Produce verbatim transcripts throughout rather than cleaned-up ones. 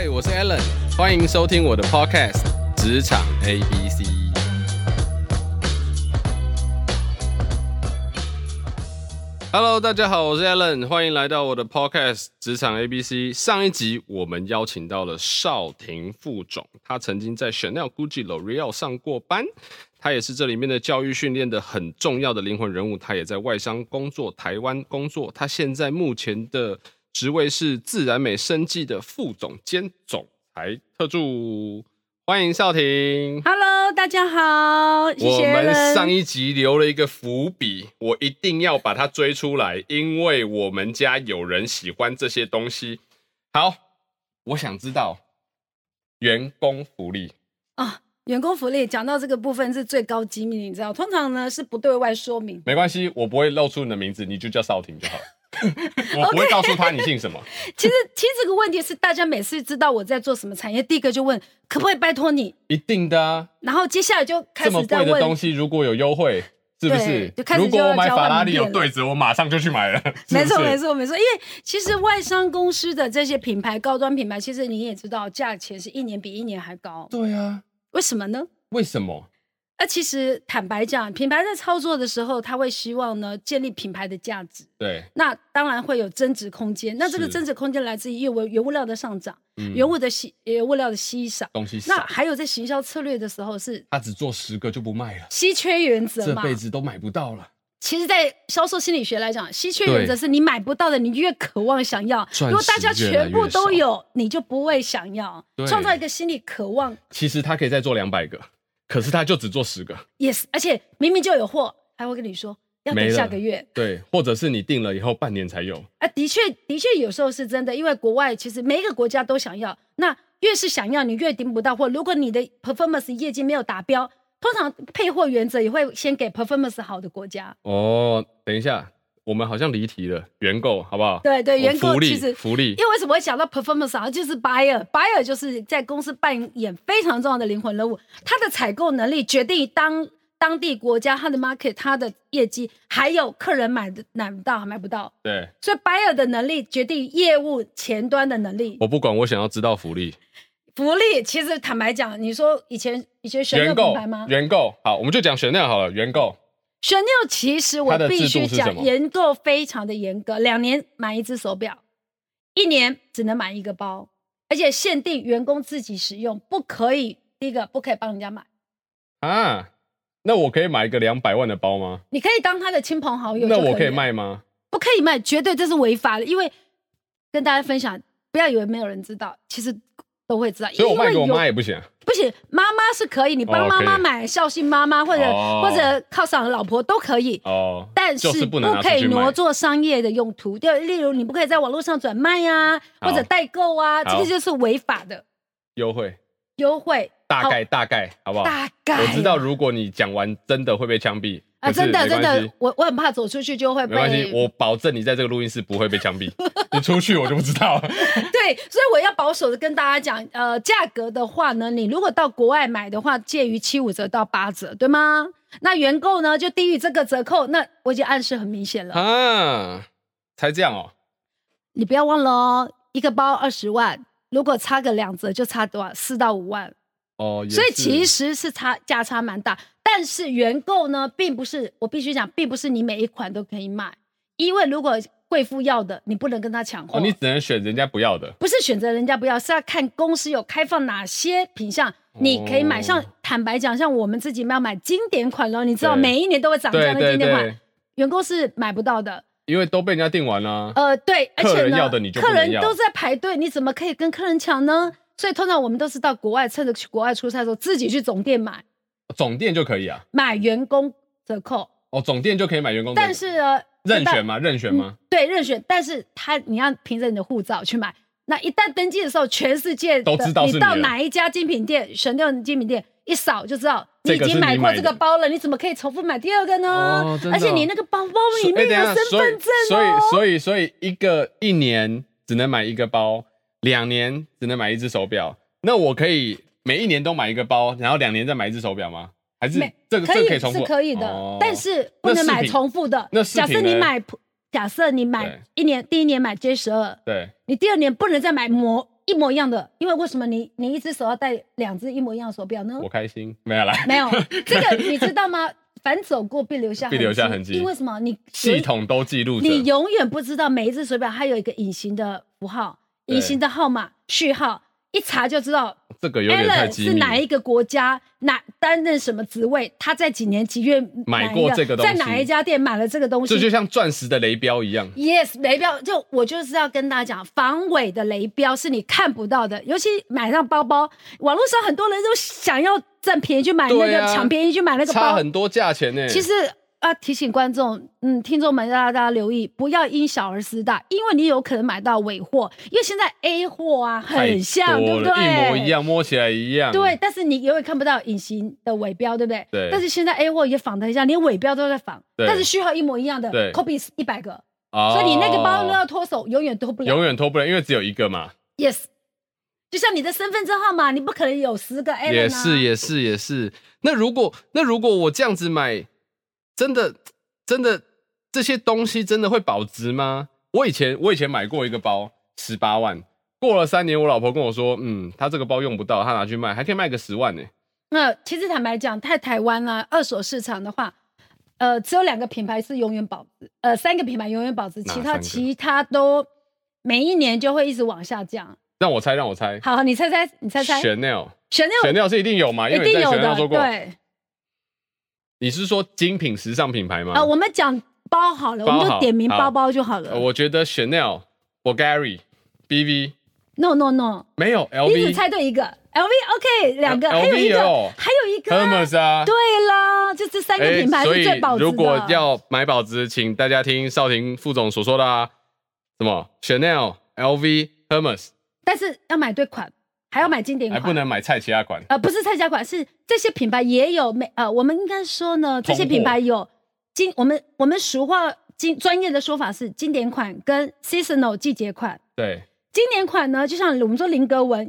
嗨，我是 Alan， 欢迎收听我的 Podcast 职场 A B C。Hello， 大家好，我是 Alan， 欢迎来到我的 Podcast 职场 A B C。上一集我们邀请到了邵婷副总，他曾经在 Chanel、Gucci、L'Oreal 上过班，他也是这里面的教育训练的很重要的灵魂人物。他也在外商工作、台湾工作，他现在目前的职位是自然美生技的副总兼总裁特助。欢迎邵婷。 Hello， 大家好，谢谢。 我们上一集留了一个伏笔，我一定要把它追出来，因为我们家有人喜欢这些东西。好，我想知道员工福利啊，员工福利讲到这个部分是最高机密，你知道，通常呢是不对外说明。 没关系，我不会露出你的名字，你就叫邵婷就好了。我不会告诉他你姓什么。 其实，其实这个问题是大家每次知道我在做什么产业，第一个就问可不可以拜托你。 一定的啊。 然后接下来就开始在问这么贵的东西，如果有优惠，是不是？ 就开始就如果我买法拉利有对折，我马上就去买了。是不是？ 没错，没错，没错。因为其实外商公司的这些品牌、高端品牌，其实你也知道，价钱是一年比一年还高。 对啊。 为什么呢？ 为什么？ 那其实坦白讲，品牌在操作的时候，他会希望呢建立品牌的价值。 对， 那当然会有增值空间。那这个增值空间来自于原物原物料的上涨，嗯、原物的稀原物料的稀少， 东西少。 那还有在行销策略的时候是， 他只做十个就不卖了， 稀缺原则嘛， 这辈子都买不到了。 其实，在销售心理学来讲，稀缺原则是你买不到的，你越渴望想要。如果大家全部都有，你就不会想要。创造一个心理渴望。 其实他可以再做两百个。可是他就只做十个 ，yes， 而且明明就有货，还会跟你说要等下个月， 对，或者是你订了以后半年才有。 啊，的确，的确有时候是真的，因为国外其实每一个国家都想要，那越是想要，你越订不到货。如果你的 performance 业绩没有达标，通常配货原则也会先给 performance 好的国家。 哦，等一下。我们好像离题了，原购好不好？ 对对，原购其实福利， 因为为什么会讲到 performance 好，就是 buyer，buyer buyer 就是在公司扮演非常重要的灵魂人物，他的采购能力决定当当地国家他的 market 他的业绩，还有客人买的买不到买不到。 对， 所以 buyer 的能力决定业务前端的能力。 我不管，我想要知道福利。 福利其实坦白讲，你说以前以前Chanel品牌吗？ 原购好，我们就讲Chanel好了，原购。 Chanel 其实我必须讲，研购非常的严格，两年买一只手表，一年只能买一个包，而且限定员工自己使用，不可以第一个不可以帮人家买啊。那我可以买一个两百万的包吗？ 你可以当他的亲朋好友。 那我可以卖吗？ 不可以卖，绝对这是违法的。因为跟大家分享，不要以为没有人知道，其实都会知道。 所以我卖给我妈也不行。 不行，妈妈是可以，你帮妈妈买，孝心妈妈，或者、哦、或者犒赏老婆都可以。哦，但是不可以挪作商业的用途，就例如你不可以在网络上转卖啊，或者代购啊，这个就是违法的。 优惠， 优惠， 大概大概好不好？ 大概我知道，如果你讲完真的会被枪毙。 啊，真的真的，我我很怕走出去就会被。 没关系，我保证你在这个录音室不会被枪毙。你出去我就不知道了。 对，所以我要保守的跟大家讲，呃，价格的话呢，你如果到国外买的话，介于七五折到八折，对吗？那原购呢就低于这个折扣，那我已经暗示很明显了啊，才这样哦。 你不要忘了哦，一个包二十万，如果差个两折就差多少？四到五万。哦，所以其实是差价差蛮大，但是原购呢，并不是我必须讲，并不是你每一款都可以买，因为如果贵妇要的，你不能跟他抢货， 哦，你只能选人家不要的， 不是选择人家不要，是要看公司有开放哪些品项，你可以买。像坦白讲，像我们自己要买经典款咯，你知道每一年都会涨价的经典款，原购是买不到的。 因为都被人家订完了。 呃，对，而且呢， 客人要的你就不能要， 客人都在排队，你怎么可以跟客人抢呢？所以通常我们都是到国外，趁着去国外出差的时候，自己去总店买。 总店就可以啊？ 买员工折扣。哦， 总店就可以买员工折扣。 但是呢， 任选吗？任选吗？ 嗯、对，任选。但是他你要凭着你的护照去买。那一旦登记的时候，全世界的都知道是 你, 你到哪一家精品店，选掉精品店，一扫就知道你已经买过这个包了，你怎么可以重复买第二个呢？ 哦哦、 而且你那个包包里面有身份证哦。 所以所以所以一个一年只能买一个包，两年只能买一只手表。那我可以每一年都买一个包，然后两年再买一只手表吗？还是这个可以， 这个可以重复？ 是可以的， 哦、 但是不能买重复的。 那假设你买，假设你买一年，第一年买 J 十二， 对， 你第二年不能再买模一模一样的，因为为什么你你一只手要戴两只一模一样的手表呢？ 我开心，没有来， 没有这个你知道吗？凡走过必留下痕迹， 必留下痕迹， 因为什么？你系统都记录着， 你永远不知道每一只手表它有一个隐形的符号、隐形的号码、序号，一查就知道。 这个有点太机密。 是哪一个国家，哪担任什么职位？他在几年几月买过这个东西， 在哪一家店买了这个东西？ 这就像钻石的雷标一样。 Yes， 雷标就我就是要跟大家讲，防伪的雷标是你看不到的，尤其买上包包，网络上很多人都想要占便宜去买那个抢、啊、便宜去买那个包， 差很多价钱呢、欸。 其实。啊，提醒观众，嗯，听众们，大家留意，不要因小而失大，因为你有可能买到伪货，因为现在 A 货啊很像，对不对？ 一模一样，摸起来一样。 对，但是你永远看不到隐形的伪标，对不对？ 对。 但是现在 A 货也仿得一下，连伪标都在仿，但是序号一模一样的 ，copy 一百个、哦，所以你那个包都要脱手，永远脱不了， 永远脱不了，因为只有一个嘛。 Yes。就像你的身份证号码，你不可能有十个 Alan 啊。 也是，也是，也是。那如果那如果我这样子买，真的。真的这些东西真的会保值吗？我以前我以前买过一个包十八万，过了三年，我老婆跟我说，嗯，她这个包用不到，她拿去卖，还可以卖个十万呢、欸。 那其实坦白讲，在台湾啊，二手市场的话，呃，只有两个品牌是永远保值，呃，三个品牌永远保值，其他其他都每一年就会一直往下降。 让我猜，让我猜。 好，你猜猜，你猜猜。 Chanel，Chanel 是一定有嘛？因为你在 Chanel 做过。 对。 你是说精品时尚品牌吗？ 呃，我们讲包好了，我们就点名包包就好了。 呃、我觉得 Chanel、Bulgari、B V。No No No， 没有 L V， 你只猜对一个 L V，OK， 两个， L V 还有一个，还有一个 Hermes 啊。 对啦，就这三个品牌是最保值的。 所以如果要买保值，请大家听少廷副总所说的啊，什么 Chanel、L V、Hermes， 但是要买对款。还要买经典款， 还不能买菜其他款。 呃，不是菜其他款，是这些品牌也有每呃，我们应该说呢，这些品牌有经我们我们俗话经专业的说法是经典款跟 seasonal 季节款。 对， 经典款呢，就像我们说菱格纹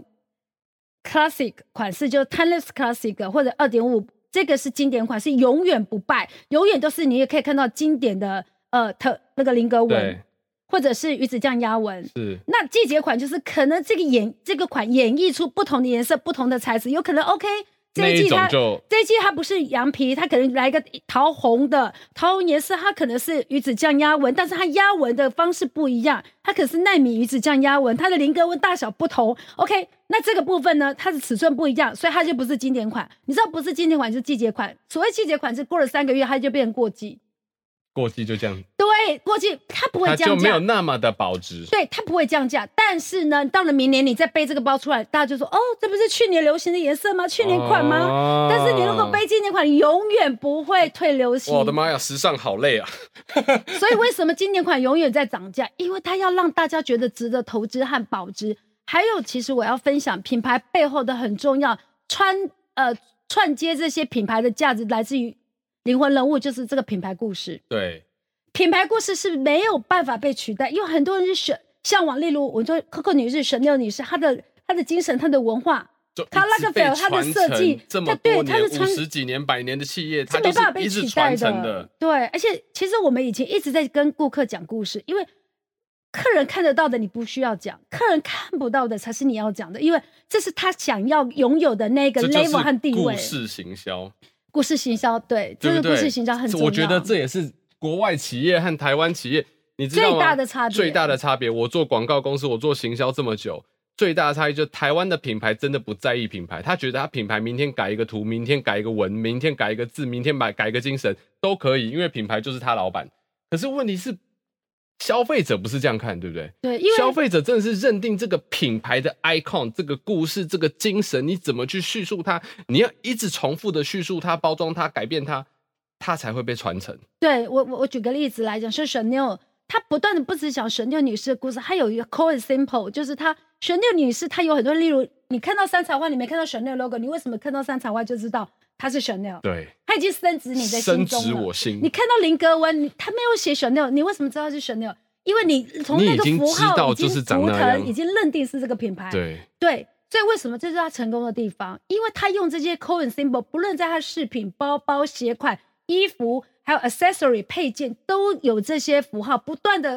classic 款式，就 timeless classic 或者 二点五， 这个是经典款，是永远不败，永远都是你也可以看到经典的呃特那个菱格纹。或者是鱼子酱压纹， 是那季节款就是可能这个演这个款演绎出不同的颜色、不同的材质，有可能 OK 这一季它这一季它不是羊皮，它可能来个桃红的桃红颜色，它可能是鱼子酱压纹，但是它压纹的方式不一样，它可是奈米鱼子酱压纹，它的菱格纹大小不同 OK， 那这个部分呢，它的尺寸不一样，所以它就不是经典款。你知道不是经典款就是季节款，所谓季节款是过了三个月它就变成过季。 过季就这样， 对，过季它不会降价， 它就没有那么的保值。 对，它不会降价，但是呢，到了明年你再背这个包出来，大家就说：“哦，这不是去年流行的颜色吗？去年款吗？”哦、但是你如果背今年款，你永远不会退流行。 我的妈呀，时尚好累啊！ 所以为什么经典款永远在涨价？因为它要让大家觉得值得投资和保值。还有，其实我要分享品牌背后的很重要，穿呃串接这些品牌的价值来自于。灵魂人物就是这个品牌故事， 对， 品牌故事是没有办法被取代，因为很多人是向向往，例如我说 Coco 女士、Chanel 女士，她的她的精神、她的文化，她那个 Lagerfeld 她的设计， 这么多年，五十几年、百年的企业，它就是一直传承的。 对，而且其实我们以前一直在跟顾客讲故事，因为客人看得到的你不需要讲，客人看不到的才是你要讲的，因为这是他想要拥有的那个 level 和地位。 故事行销。 故事行销，对，这个故事行销很重要。 我觉得这也是国外企业和台湾企业，你知道吗？ 最大的差别， 最大的差别。我做广告公司，我做行销这么久，最大的差异就是台湾的品牌真的不在意品牌，他觉得他品牌明天改一个图，明天改一个文，明天改一个字，明天改改一个精神都可以，因为品牌就是他老板。可是问题是，消费者不是这样看，对不对？ 对，因为消费者真的是认定这个品牌的 icon， 这个故事，这个精神，你怎么去叙述它？你要一直重复的叙述它、包装它、改变它，它才会被传承。 对，我我我举个例子来讲，是 Chanel， 她不断的不只讲 Chanel 女士的故事，她有一个 core simple， 就是她 Chanel 女士，她有很多，例如你看到三彩花，你没看到 Chanel logo， 你为什么看到三彩花就知道它是 Chanel？ 对， 它已经深植你的心中了， 深植我心。 你看到菱格纹，它没有写 Chanel， 你为什么知道是 Chanel？ 因为你从那个符号已经图腾已经认定是这个品牌。 对对，所以为什么这是他成功的地方？因为他用这些 code and symbol， 不论在他饰品、包包、鞋款、衣服，还有 accessory 配件，都有这些符号，不断的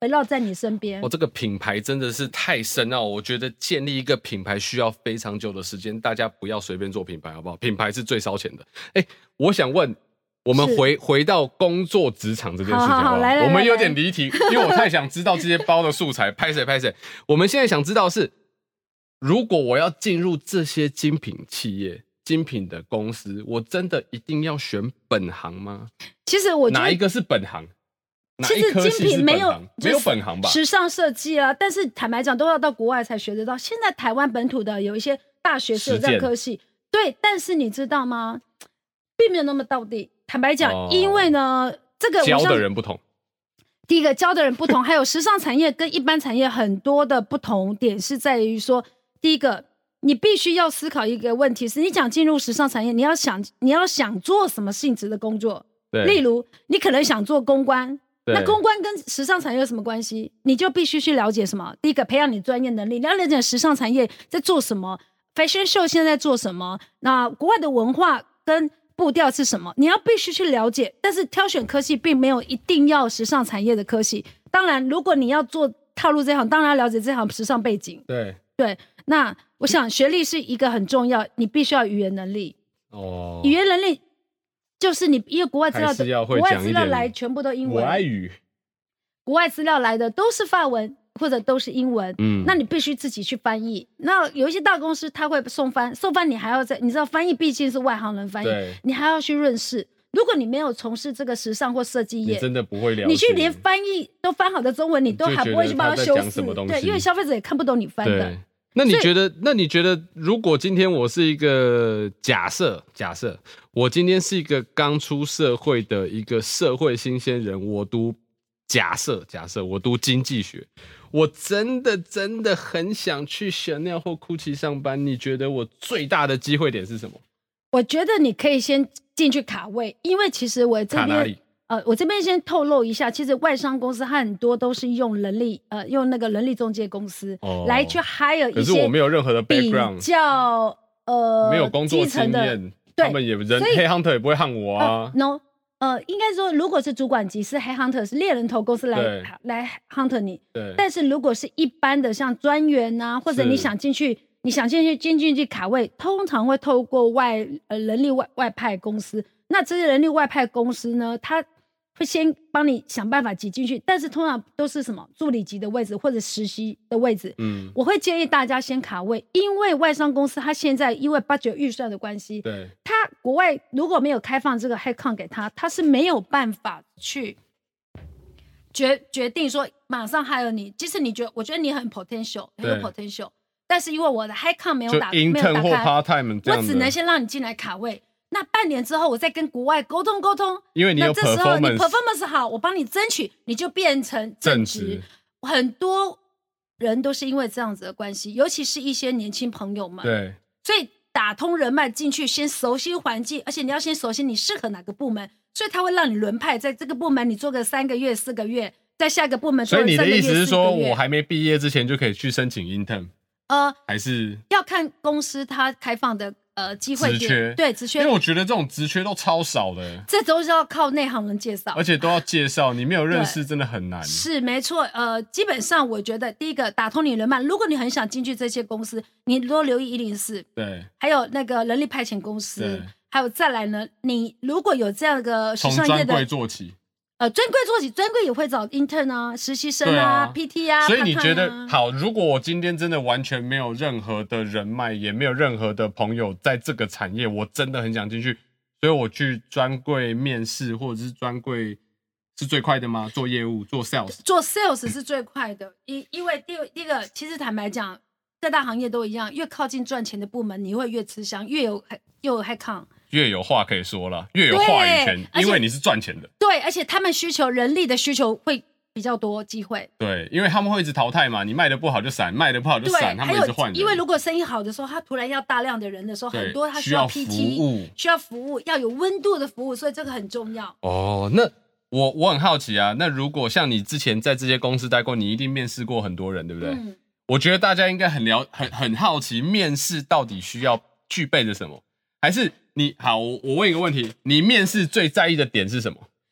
围绕在你身边。 哦，这个品牌真的是太深奥，我觉得建立一个品牌需要非常久的时间，大家不要随便做品牌，好不好？品牌是最烧钱的。哎，我想问，我们回回到工作职场这件事情好不好？ 好好好来来来我们有点离题，因为我太想知道这些包的素材，拍谁拍谁。我们现在想知道是，如果我要进入这些精品企业、精品的公司，我真的一定要选本行吗？ 其实我觉得哪一个是本行？ 其实精品没有没有本行吧？ 时尚设计啊，但是坦白讲，都要到国外才学得到。现在台湾本土的有一些大学是有这样科系，对，但是你知道吗？并没有那么到地。坦白讲，哦、因为呢，这个教的人不同。 第一个教的人不同，还有时尚产业跟一般产业很多的不同点是在于说，第一个，你必须要思考一个问题，是你想进入时尚产业，你要想你要想做什么性质的工作。例如，你可能想做公关。那公关跟时尚产业有什么关系？你就必须去了解什么？第一个，培养你专业能力，你要了解时尚产业在做什么 ，Fashion Show 现在在做什么，那国外的文化跟步调是什么？你要必须去了解。但是挑选科系并没有一定要时尚产业的科系。当然，如果你要做踏入这行，当然要了解这行时尚背景。 对对，那我想学历是一个很重要，你必须要语言能力。哦，语言能力。就是你，因为国外资料的国外资料来全部都英文， 外语， 国外资料来的都是法文或者都是英文，嗯，那你必须自己去翻译。那有一些大公司他会送翻，送翻你还要在，你知道翻译毕竟是外行人翻译，你还要去润饰。如果你没有从事这个时尚或设计业， 你真的不会了解。 你去连翻译都翻好的中文，你都还不会去帮他修饰，对，因为消费者也看不懂你翻的。 那你觉得？那你觉得，如果今天我是一个假设，假设我今天是一个刚出社会的一个社会新鲜人，我读假设，假设我读经济学，我真的真的很想去 Chanel 或 Gucci 上班。你觉得我最大的机会点是什么？ 我觉得你可以先进去卡位，因为其实我这边。 卡哪里？ 呃，我这边先透露一下，其实外商公司很多都是用人力，呃，用那个人力中介公司、哦、来去 hire 一些， 可是我没有任何的 background， 比较呃没有工作经验，他们也人 headhunter 也不会handle我啊。 呃、no， 呃，应该说，如果是主管级是 headhunter 是猎人头公司来来 hunter 你， 对。 但是如果是一般的像专员啊，或者你想进去，你想进去进进去卡位，通常会透过外呃人力外外派公司。那这些人力外派公司呢，他会先帮你想办法挤进去，但是通常都是什么助理级的位置或者实习的位置。嗯，我会建议大家先卡位，因为外商公司它现在因为 budget 预算的关系， 对， 它国外如果没有开放这个 headcount 给他，他是没有办法去决决定说马上 hire你。即使你觉得，我觉得你很 potential， 很有 potential， 但是因为我的 headcount 没有打，没有打开， part time 这样我只能先让你进来卡位。那半年之后，我再跟国外沟通沟通， 因为你有 performance， 那这时候你 performance 好，我帮你争取，你就变成正职。很多人都是因为这样子的关系，尤其是一些年轻朋友们。 对， 所以打通人脉进去，先熟悉环境，而且你要先熟悉你适合哪个部门，所以他会让你轮派，在这个部门你做个三个月、四个月，在下一个部门做个三个月、四个月。 所以你的意思是说，我还没毕业之前就可以去申请 intern？呃，还是要看公司它开放的。呃，机会职缺对职缺， 因为我觉得这种职缺都超少的， 这都是要靠内行人介绍， 而且都要介绍，你没有认识真的很难。 是没错，呃，基本上我觉得第一个打通你人脉，如果你很想进去这些公司，你多留意一零四， 对， 还有那个人力派遣公司，还有再来呢，你如果有这样的时尚业的，从专柜做起。 呃，专柜做起，专柜也会找 intern 啊、实习生啊、啊 P T 啊。 所以你觉得、啊、好？如果我今天真的完全没有任何的人脉，也没有任何的朋友在这个产业，我真的很想进去，所以我去专柜面试，或者是专柜是最快的吗？做业务，做 sales， 做 sales 是最快的，因因为第第一个，其实坦白讲，各大行业都一样，越靠近赚钱的部门，你会越吃香，越有越有 high count。 越有话可以说了，越有话语权，因为你是赚钱的。 对，而且他们需求人力的需求会比较多机会。 对，因为他们会一直淘汰嘛，你卖的不好就闪，卖的不好就闪，他们一直换人。 因为如果生意好的时候，他突然要大量的人的时候，很多他需要 P T， 需要服务， 需要服务，要有温度的服务，所以这个很重要。 哦，那我我很好奇啊，那如果像你之前在这些公司待过，你一定面试过很多人，对不对？嗯。我觉得大家应该很了很很好奇，面试到底需要具备的什么？还是你好，我我问一个问题，你面试最在意的点是什么？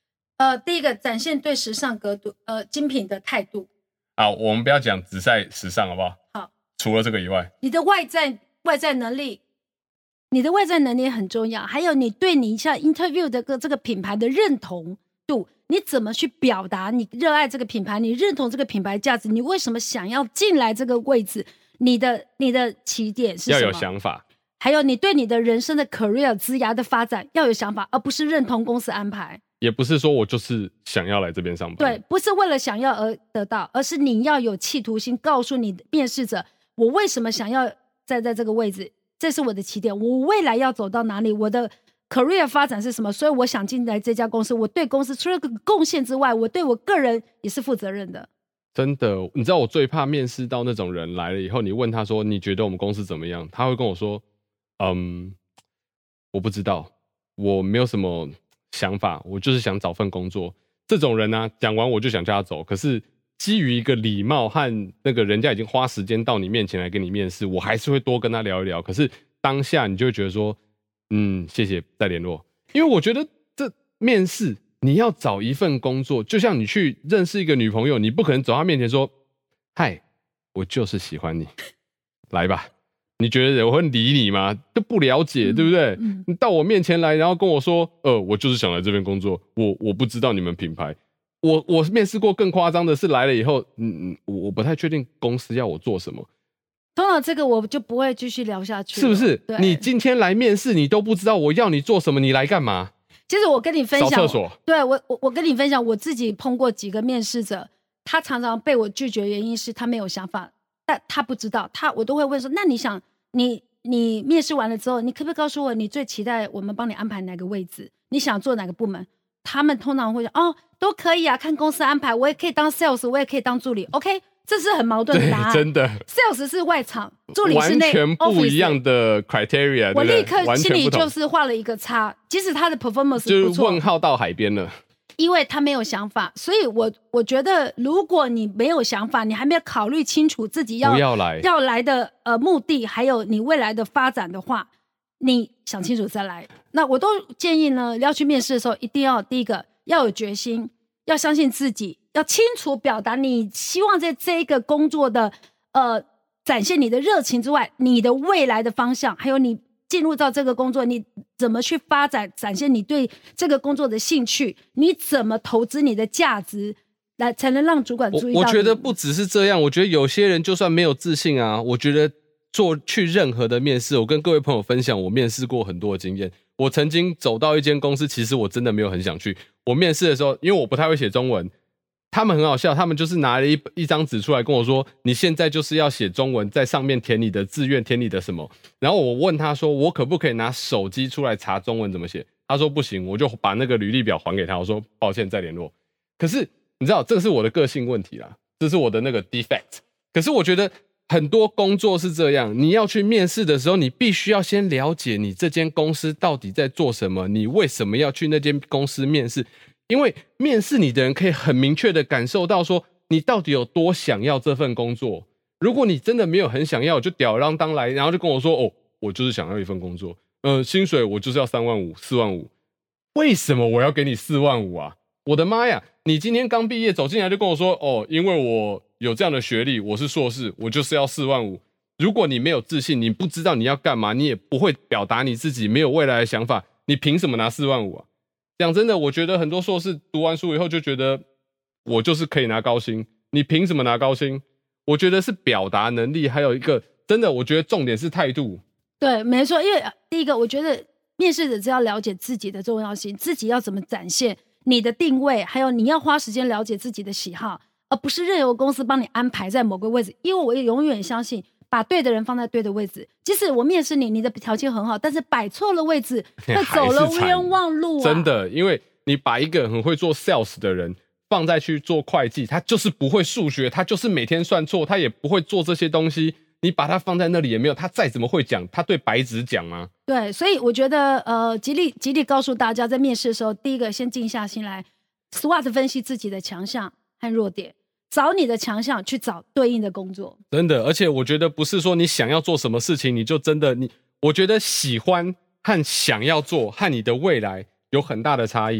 呃，第一个展现对时尚格度呃精品的态度。 好，我们不要讲只在时尚好不好？ 好， 除了这个以外， 你的外在外在能力，你的外在能力很重要，还有你对你像 interview 的这个品牌的认同度，你怎么去表达你热爱这个品牌，你认同这个品牌价值，你为什么想要进来这个位置，你的你的起点是什么？ 要有想法， 还有你对你的人生的 career 职涯的发展要有想法，而不是认同公司安排。 也不是说我就是想要来这边上班， 对，不是为了想要而得到，而是你要有企图心，告诉你面试者，我为什么想要站在这个位置，这是我的起点，我未来要走到哪里，我的 career 发展是什么，所以我想进来这家公司，我对公司除了贡献之外，我对我个人也是负责任的。 真的，你知道我最怕面试到那种人来了以后，你问他说你觉得我们公司怎么样，他会跟我说嗯，我不知道，我没有什么想法，我就是想找份工作。这种人呢、啊，讲完我就想叫他走，可是基于一个礼貌和那个人家已经花时间到你面前来跟你面试，我还是会多跟他聊一聊。可是当下你就会觉得说，嗯，谢谢，再联络。因为我觉得这面试你要找一份工作，就像你去认识一个女朋友，你不可能走到她面前说，嗨，我就是喜欢你，来吧。你觉得我会理你吗？就不了解，嗯、对不对、嗯？你到我面前来，然后跟我说，呃，我就是想来这边工作，我我不知道你们品牌。我我面试过更夸张的是，来了以后，嗯，我我不太确定公司要我做什么。 通常这个我就不会继续聊下去了， 是不是？你今天来面试，你都不知道我要你做什么，你来干嘛？ 其实我跟你分享， 扫厕所。 对我我我跟你分享，我自己碰过几个面试者，他常常被我拒绝，原因是他没有想法，但他不知道，他我都会问说，那你想？你你面试完了之后，你可不可以告诉我你最期待我们帮你安排哪个位置？你想做哪个部门？他们通常会说哦，都可以啊，看公司安排，我也可以当 sales， 我也可以当助理。OK， 这是很矛盾的答案。 真的 ，sales 是外场，助理是内， 完全不一样的 criteria。 我立刻心里就是画了一个叉，即使他的 performance 不错， 就是问号到海边了。 因为他没有想法，所以我我觉得，如果你没有想法，你还没有考虑清楚自己要要来要来的呃目的，还有你未来的发展的话，你想清楚再来。那我都建议呢，要去面试的时候，一定要第一个要有决心，要相信自己，要清楚表达你希望在这一个工作的呃展现你的热情之外，你的未来的方向，还有你进入到这个工作，你怎么去发展，展现你对这个工作的兴趣，你怎么投资你的价值，来才能让主管注意到你。 我。我觉得不只是这样，我觉得有些人就算没有自信啊，我觉得做去任何的面试，我跟各位朋友分享，我面试过很多的经验。我曾经走到一间公司，其实我真的没有很想去。我面试的时候，因为我不太会写中文。他们很好笑，他们就是拿了一一张纸出来跟我说，你现在就是要写中文，在上面填你的志愿，填你的什么。然后我问他说，我可不可以拿手机出来查中文怎么写？他说不行，我就把那个履历表还给他，我说抱歉，再联络。可是你知道，这是我的个性问题啦，这是我的那个 defect。可是我觉得很多工作是这样，你要去面试的时候，你必须要先了解你这间公司到底在做什么，你为什么要去那间公司面试。因为面试你的人可以很明确的感受到说你到底有多想要这份工作。如果你真的没有很想要，就吊儿郎当来，然后就跟我说哦，我就是想要一份工作，呃，薪水我就是要三万五、四万五。为什么我要给你四万五啊？我的妈呀！你今天刚毕业走进来就跟我说哦，因为我有这样的学历，我是硕士，我就是要四万五。如果你没有自信，你不知道你要干嘛，你也不会表达你自己，没有未来的想法，你凭什么拿四万五啊？讲真的，我觉得很多硕士读完书以后就觉得我就是可以拿高薪，你凭什么拿高薪？我觉得是表达能力，还有一个真的，我觉得重点是态度。 对，没错，因为第一个，我觉得面试者只要了解自己的重要性，自己要怎么展现你的定位，还有你要花时间了解自己的喜好，而不是任由公司帮你安排在某个位置。因为我也永远相信，把对的人放在对的位置，即使我面试你，你的条件很好，但是摆错了位置，会走了冤枉路啊！ 真的，因为你把一个很会做 sales 的人放在去做会计，他就是不会数学，他就是每天算错，他也不会做这些东西。你把他放在那里也没有，他再怎么会讲，他对白纸讲吗？ 对，所以我觉得呃，极力极力告诉大家，在面试的时候，第一个先静下心来 ，SWOT 分析自己的强项和弱点。找你的强项去找对应的工作， 真的，而且我觉得不是说你想要做什么事情，你就真的你，我觉得喜欢和想要做和你的未来有很大的差异。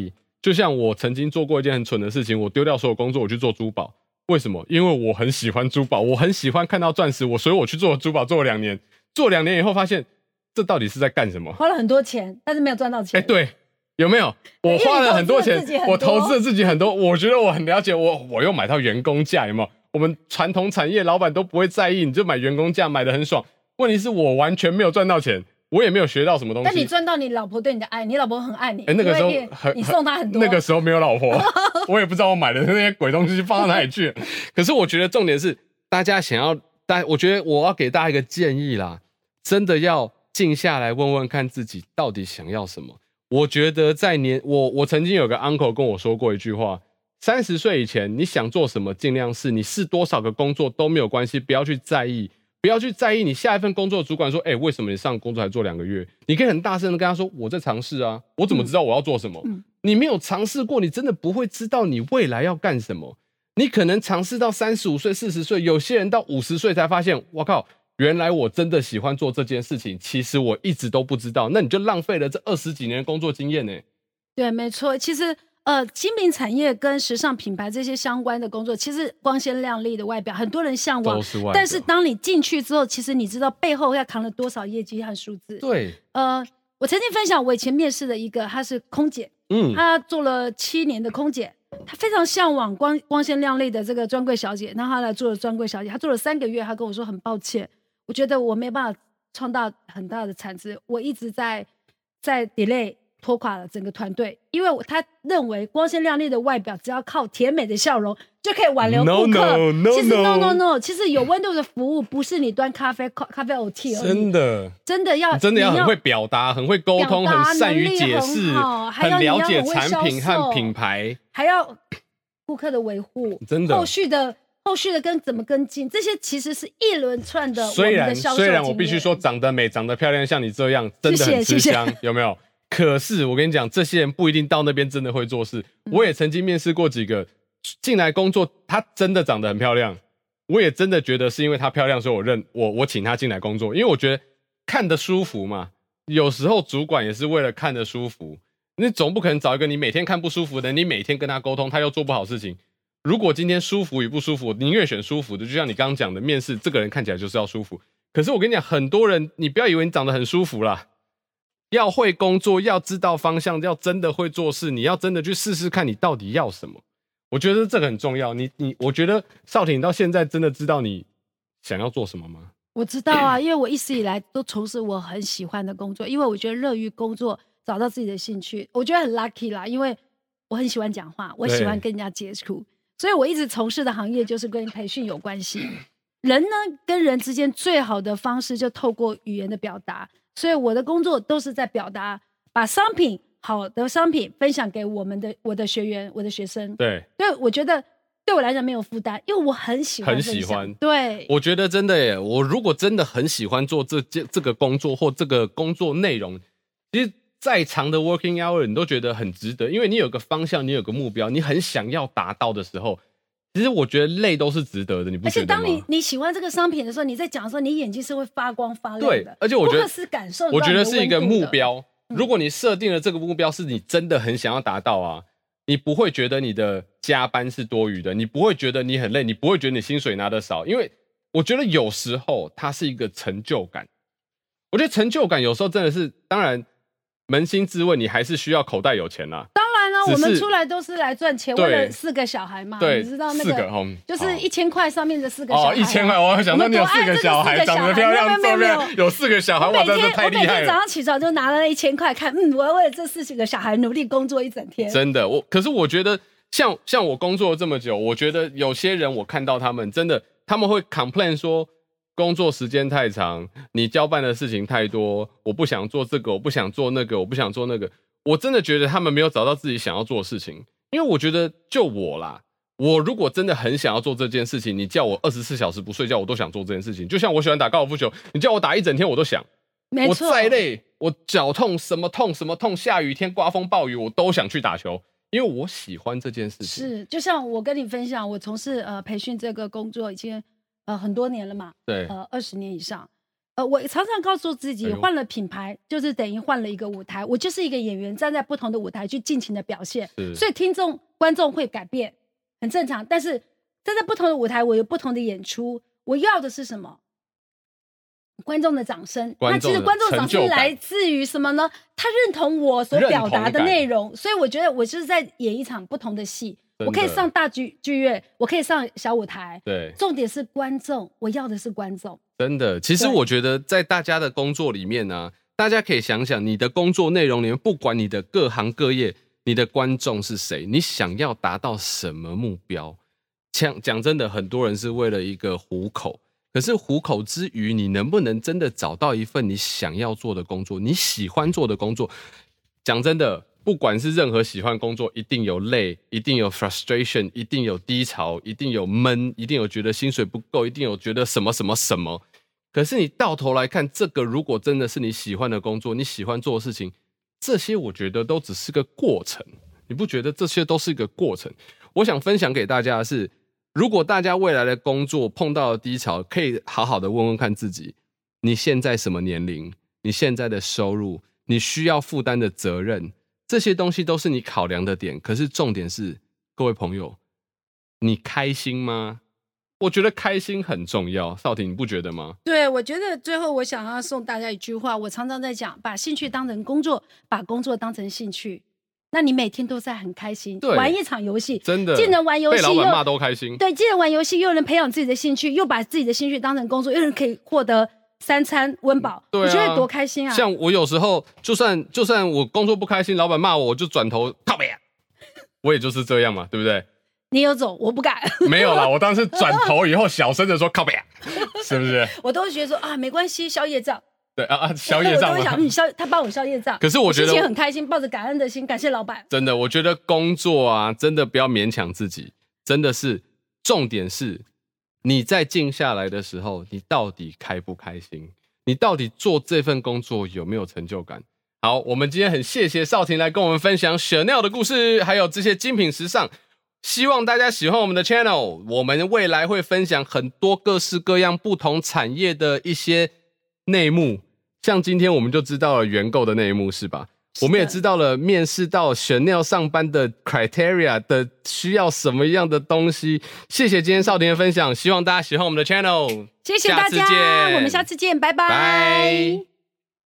就像我曾经做过一件很蠢的事情，我丢掉所有工作，我去做珠宝。为什么？因为我很喜欢珠宝，我很喜欢看到钻石，我所以我去做珠宝，做了两年，做两年以后发现，这到底是在干什么？ 花了很多钱，但是没有赚到钱。 哎，对，有没有？我花了很多钱，我投资了自己很多，我觉得我很了解，我我又买到员工价，有没有？我们传统产业老板都不会在意，你就买员工价，买得很爽。问题是我完全没有赚到钱。我也没有学到什么东西， 但你赚到你老婆对你的爱，你老婆很爱你。 哎，那个时候很你送她很多。 那个时候没有老婆，我也不知道我买的那些鬼东西放到哪里去。可是我觉得重点是，大家想要，大，我觉得我要给大家一个建议啦，真的要静下来问问看自己到底想要什么。我觉得在年，我我曾经有个 uncle 跟我说过一句话：三十岁以前，你想做什么，尽量试，你试多少个工作都没有关系，不要去在意。不要去在意你下一份工作的主管说，哎、欸，为什么你上工作才做两个月？你可以很大声的跟他说，我在尝试啊，我怎么知道我要做什么？嗯嗯、你没有尝试过，你真的不会知道你未来要干什么。你可能尝试到三十五岁、四十岁，有些人到五十岁才发现，我靠，原来我真的喜欢做这件事情。其实我一直都不知道，那你就浪费了这二十几年的工作经验呢。 对，没错，其实。呃，精品产业跟时尚品牌这些相关的工作，其实光鲜亮丽的外表，很多人向往。 是但是当你进去之后，其实你知道背后要扛了多少业绩和数字。 对， 呃，我曾经分享我以前面试的一个，她是空姐，嗯，她做了七年的空姐，她非常向往光光鲜亮丽的这个专柜小姐，然后她来做了专柜小姐，她做了三个月，她跟我说很抱歉，我觉得我没办法创造很大的产值，我一直在在 delay。拖垮了整个团队，因为他认为光鲜亮丽的外表只要靠甜美的笑容就可以挽留顾客。 No, no, no, 其实 no no no， 其实有温度的服务不是你端咖啡咖啡 O T 而已， 真的真的要真的要很会表达，很会沟通，很善于解释，很了解产品和品牌， 还要顾客的维护， 真的后续的。后续的跟怎么跟进，这些其实是一连串的我虽然们的销售虽然我必须说，长得美、长得漂亮，像你这样，真的很吃香，谢谢有没有？可是我跟你讲，这些人不一定到那边真的会做事。嗯、我也曾经面试过几个进来工作，她真的长得很漂亮，我也真的觉得是因为她漂亮，所以我认我我请她进来工作，因为我觉得看得舒服嘛。有时候主管也是为了看得舒服，你总不可能找一个你每天看不舒服的人，你每天跟他沟通，他又做不好事情。如果今天舒服与不舒服，我宁愿选舒服的。就像你刚刚讲的，面试这个人看起来就是要舒服。可是我跟你讲，很多人你不要以为你长得很舒服啦，要会工作，要知道方向，要真的会做事，你要真的去试试看你到底要什么。我觉得这个很重要。你你，我觉得少廷到现在真的知道你想要做什么吗？ 我知道啊，因为我一直以来都从事我很喜欢的工作，因为我觉得乐于工作，找到自己的兴趣，我觉得很 lucky 啦，因为我很喜欢讲话，我喜欢跟人家接触。所以我一直从事的行业就是跟培训有关系。人呢跟人之间最好的方式就透过语言的表达，所以我的工作都是在表达，把商品好的商品分享给我们的我的学员、我的学生。 对， 对，我觉得对我来讲没有负担，因为我很喜欢分享。 很喜欢。 对， 我觉得真的耶，我如果真的很喜欢做这这个工作或这个工作内容，其实再长的 working hour 你都觉得很值得，因为你有个方向，你有个目标，你很想要达到的时候，其实我觉得累都是值得的，你不觉得吗？ 而且当你你喜欢这个商品的时候，你在讲的时候，你眼睛是会发光发亮的。 对，而且我觉得是感受， 我觉得是一个目标。如果你设定了这个目标是你真的很想要达到啊，你不会觉得你的加班是多余的，你不会觉得你很累，你不会觉得你薪水拿得少，因为我觉得有时候它是一个成就感。我觉得成就感有时候真的是，当然扪心自问，你还是需要口袋有钱啦。 当然了、啊，我们出来都是来赚钱，为了四个小孩嘛。 对， 你知道那个， 四个嗯、 就是一千块上面的四个小孩、啊。 哦，一千块，我想到你有四个小孩，长得漂亮， 没有没有， 有四个小孩，哇，真的太厉害了。 我每天早上起床就拿了那一千块，看，嗯，我要为了这四个小孩努力工作一整天。 真的，我可是我觉得，像像我工作了这么久，我觉得有些人我看到他们真的，他们会 complain 说。工作时间太长，你交办的事情太多，我不想做这个，我不想做那个，我不想做那个。我真的觉得他们没有找到自己想要做的事情，因为我觉得就我啦，我如果真的很想要做这件事情，你叫我二十四小时不睡觉，我都想做这件事情。就像我喜欢打高尔夫球，你叫我打一整天，我都想。 没错， 我再累，我脚痛，什么痛什么痛，下雨天、刮风暴雨，我都想去打球，因为我喜欢这件事情。 是，就像我跟你分享，我从事呃培训这个工作已经。呃，很多年了嘛， 对， 呃，二十年以上。 呃，我常常告诉自己， 哎换了品牌就是等于换了一个舞台，我就是一个演员，站在不同的舞台去尽情的表现，所以听众观众会改变，很正常。但是站在不同的舞台，我有不同的演出，我要的是什么？观众的掌声。那其实观众的掌声来自于什么呢？他认同我所表达的内容，所以我觉得我就是在演一场不同的戏。我可以上大剧剧院，我可以上小舞台， 对， 重点是观众，我要的是观众。 真的，其实我觉得在大家的工作里面呢、啊，大家可以想想，你的工作内容里面，不管你的各行各业，你的观众是谁，你想要达到什么目标？讲讲真的，很多人是为了一个糊口，可是糊口之余，你能不能真的找到一份你想要做的工作，你喜欢做的工作？讲真的。不管是任何喜欢工作，一定有累，一定有 frustration， 一定有低潮，一定有闷，一定有觉得薪水不够，一定有觉得什么什么什么。可是你到头来看，这个如果真的是你喜欢的工作，你喜欢做的事情，这些我觉得都只是个过程。你不觉得这些都是一个过程？我想分享给大家的是，如果大家未来的工作碰到了低潮，可以好好的问问看自己，你现在什么年龄，你现在的收入，你需要负担的责任。这些东西都是你考量的点，可是重点是，各位朋友，你开心吗？我觉得开心很重要，少婷，你不觉得吗？ 对，我觉得最后我想要送大家一句话，我常常在讲，把兴趣当成工作，把工作当成兴趣，那你每天都在很开心，玩一场游戏， 真的， 既能玩游戏， 被老板骂都开心。 对，既能玩游戏，又能培养自己的兴趣，又把自己的兴趣当成工作，又能可以获得三餐温饱， 对啊， 我觉得多开心啊！ 像我有时候，就算就算我工作不开心，老板骂我，我就转头靠北啊，我也就是这样嘛，对不对？ 你有种，我不敢。 没有啦，我当时转头以后小声的说靠北啊，是不是？ 我都会觉得说啊，没关系，消业障。 对啊啊，消业障。 我都会想，嗯，消他帮我消业障。 可是我觉得心情很开心，抱着感恩的心，感谢老板。 真的，我觉得工作啊，真的不要勉强自己，真的是重点是。你在静下来的时候，你到底开不开心？你到底做这份工作有没有成就感？好，我们今天很谢谢少婷来跟我们分享 Chanel 的故事，还有这些精品时尚。希望大家喜欢我们的 channel， 我们未来会分享很多各式各样不同产业的一些内幕，像今天我们就知道了原购的内幕，是吧？我们也知道了面试到 Chanel 上班的 criteria 的需要什么样的东西。谢谢今天少婷的分享，希望大家喜欢我们的 channel。 谢谢大家，我们下次见，拜拜。 拜。